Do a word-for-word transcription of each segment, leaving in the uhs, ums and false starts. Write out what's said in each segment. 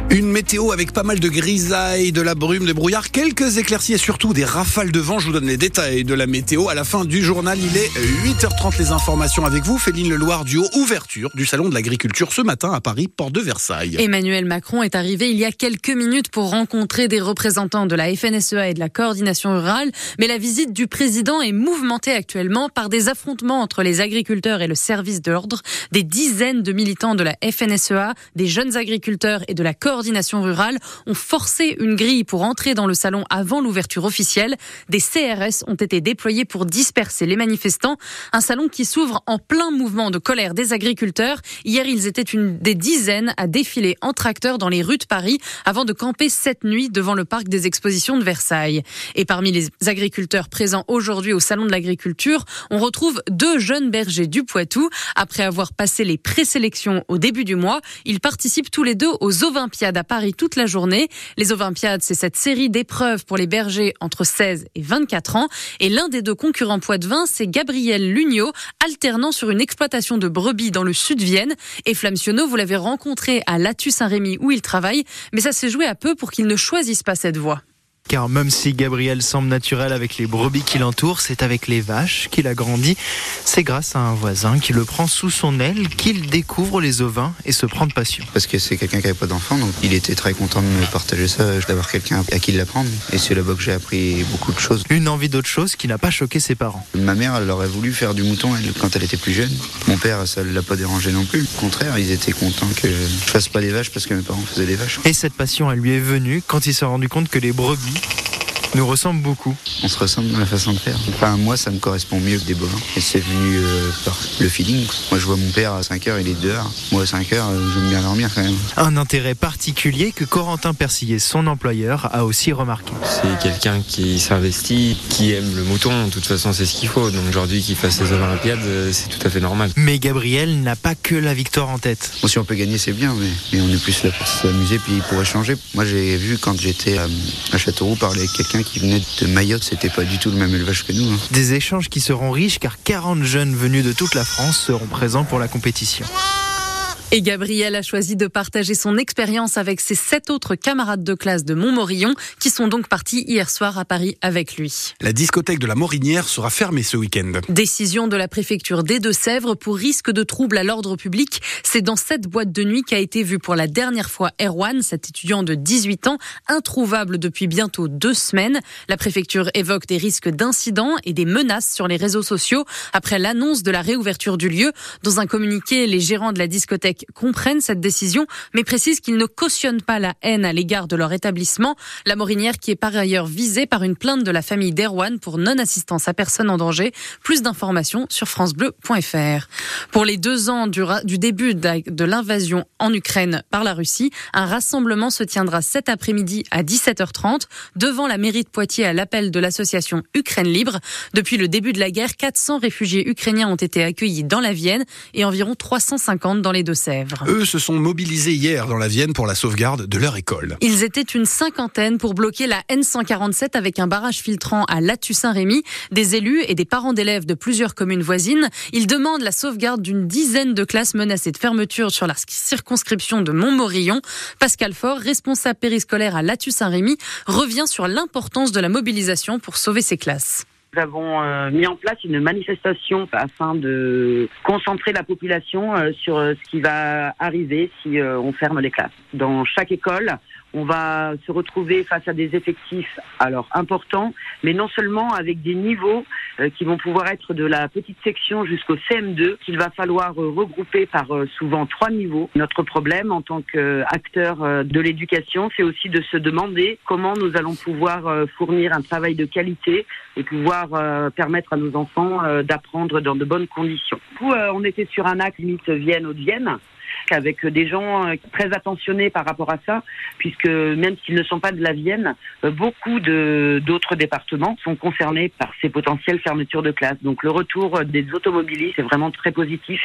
Une météo avec pas mal de grisailles, de la brume, des brouillards, quelques éclaircies et surtout des rafales de vent. Je vous donne les détails de la météo à la fin du journal. Il est huit heures trente, les informations avec vous. Féline Leloir du Haut, ouverture du Salon de l'Agriculture ce matin à Paris, porte de Versailles. Emmanuel Macron est arrivé il y a quelques minutes pour rencontrer des représentants de la F N S E A et de la coordination rurale. Mais la visite du président est mouvementée actuellement par des affrontements entre les agriculteurs et le service de l'ordre. Des dizaines de militants de la F N S E A, des jeunes agriculteurs et de la coordination coordination rurale ont forcé une grille pour entrer dans le salon avant l'ouverture officielle. Des C R S ont été déployés pour disperser les manifestants. Un salon qui s'ouvre en plein mouvement de colère des agriculteurs. Hier, ils étaient une des dizaines à défiler en tracteur dans les rues de Paris avant de camper cette nuit devant le parc des expositions de Versailles. Et parmi les agriculteurs présents aujourd'hui au salon de l'agriculture, on retrouve deux jeunes bergers du Poitou. Après avoir passé les présélections au début du mois, ils participent tous les deux aux Ovimpiades à Paris toute la journée. Les Ovimpiades, c'est cette série d'épreuves pour les bergers entre seize et vingt-quatre ans. Et l'un des deux concurrents poitevins, c'est Gabriel Lugnot, alternant sur une exploitation de brebis dans le sud de Vienne. Et Flamsionneau, vous l'avez rencontré à Lattu-Saint-Rémy où il travaille, mais ça s'est joué à peu pour qu'il ne choisisse pas cette voie. Car même si Gabriel semble naturel avec les brebis qui l'entourent, c'est avec les vaches qu'il a grandi. C'est grâce à un voisin qui le prend sous son aile qu'il découvre les ovins et se prend de passion. Parce que c'est quelqu'un qui n'avait pas d'enfant, donc il était très content de me partager ça, d'avoir quelqu'un à qui l'apprendre. Et c'est là-bas que j'ai appris beaucoup de choses. Une envie d'autre chose qui n'a pas choqué ses parents. Ma mère, elle aurait voulu faire du mouton elle, quand elle était plus jeune. Mon père, ça ne l'a pas dérangé non plus. Au contraire, ils étaient contents que je fasse pas des vaches parce que mes parents faisaient des vaches. Et cette passion, elle lui est venue quand il s'est rendu compte que les brebis nous ressemble beaucoup. On se ressemble dans la façon de faire. Enfin, moi, ça me correspond mieux que des bovins. Et c'est venu euh, par le feeling. Moi, je vois mon père à cinq heures, il est dehors. Moi, à cinq heures, euh, j'aime bien dormir quand même. Un intérêt particulier que Corentin Persillet, son employeur, a aussi remarqué. C'est quelqu'un qui s'investit, qui aime le mouton. De toute façon, c'est ce qu'il faut. Donc aujourd'hui, qu'il fasse les Olympiades, c'est tout à fait normal. Mais Gabriel n'a pas que la victoire en tête. Bon, si on peut gagner, c'est bien, mais, mais on est plus là pour s'amuser puis pour échanger. Moi, j'ai vu quand j'étais à, à Châteauroux parler avec quelqu'un qui venait de Mayotte, c'était pas du tout le même élevage que nous. Hein. Des échanges qui seront riches car quarante jeunes venus de toute la France seront présents pour la compétition. Et Gabriel a choisi de partager son expérience avec ses sept autres camarades de classe de Montmorillon qui sont donc partis hier soir à Paris avec lui. La discothèque de la Morinière sera fermée ce week-end. Décision de la préfecture des Deux-Sèvres pour risque de trouble à l'ordre public. C'est dans cette boîte de nuit qu'a été vu pour la dernière fois Erwan, cet étudiant de dix-huit ans, introuvable depuis bientôt deux semaines. La préfecture évoque des risques d'incidents et des menaces sur les réseaux sociaux après l'annonce de la réouverture du lieu. Dans un communiqué, les gérants de la discothèque comprennent cette décision, mais précisent qu'ils ne cautionnent pas la haine à l'égard de leur établissement. La Morinière qui est par ailleurs visée par une plainte de la famille d'Erwan pour non-assistance à personne en danger. Plus d'informations sur francebleu point f r. Pour les deux ans du, ra- du début de l'invasion en Ukraine par la Russie, un rassemblement se tiendra cet après-midi à dix-sept heures trente devant la mairie de Poitiers à l'appel de l'association Ukraine Libre. Depuis le début de la guerre, quatre cents réfugiés ukrainiens ont été accueillis dans la Vienne et environ trois cent cinquante dans les Deux-Sèvres. Eux se sont mobilisés hier dans la Vienne pour la sauvegarde de leur école. Ils étaient une cinquantaine pour bloquer la N cent quarante-sept avec un barrage filtrant à Lattu-Saint-Rémy. Des élus et des parents d'élèves de plusieurs communes voisines. Ils demandent la sauvegarde d'une dizaine de classes menacées de fermeture sur la circonscription de Montmorillon. Pascal Faure, responsable périscolaire à Lattu-Saint-Rémy, revient sur l'importance de la mobilisation pour sauver ces classes. Nous avons euh, mis en place une manifestation afin de concentrer la population euh, sur euh, ce qui va arriver si euh, on ferme les classes. Dans chaque école, on va se retrouver face à des effectifs alors importants, mais non seulement avec des niveaux euh, qui vont pouvoir être de la petite section jusqu'au C M deux, qu'il va falloir euh, regrouper par euh, souvent trois niveaux. Notre problème en tant qu'acteur euh, de l'éducation, c'est aussi de se demander comment nous allons pouvoir euh, fournir un travail de qualité et pouvoir euh, permettre à nos enfants euh, d'apprendre dans de bonnes conditions. Du coup, euh, on était sur un axe limite Vienne-Haute-Vienne, avec des gens très attentionnés par rapport à ça, puisque même s'ils ne sont pas de la Vienne, beaucoup de, d'autres départements sont concernés par ces potentielles fermetures de classes. Donc le retour des automobilistes est vraiment très positif.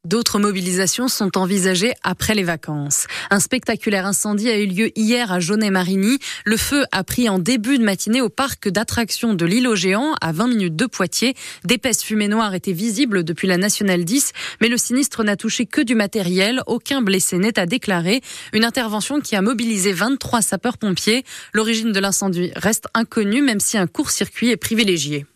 D'autres mobilisations sont envisagées après les vacances. Un spectaculaire incendie a eu lieu hier à Jaunet-Marigny. Le feu a pris en début de matinée au parc d'attractions de l'Île aux Géants, à vingt minutes de Poitiers. D'épaisses fumées noires étaient visibles depuis la Nationale dix, mais le sinistre n'a touché que du matériel. Aucun blessé n'est à déclarer. Une intervention qui a mobilisé vingt-trois sapeurs-pompiers. L'origine de l'incendie reste inconnue, même si un court-circuit est privilégié.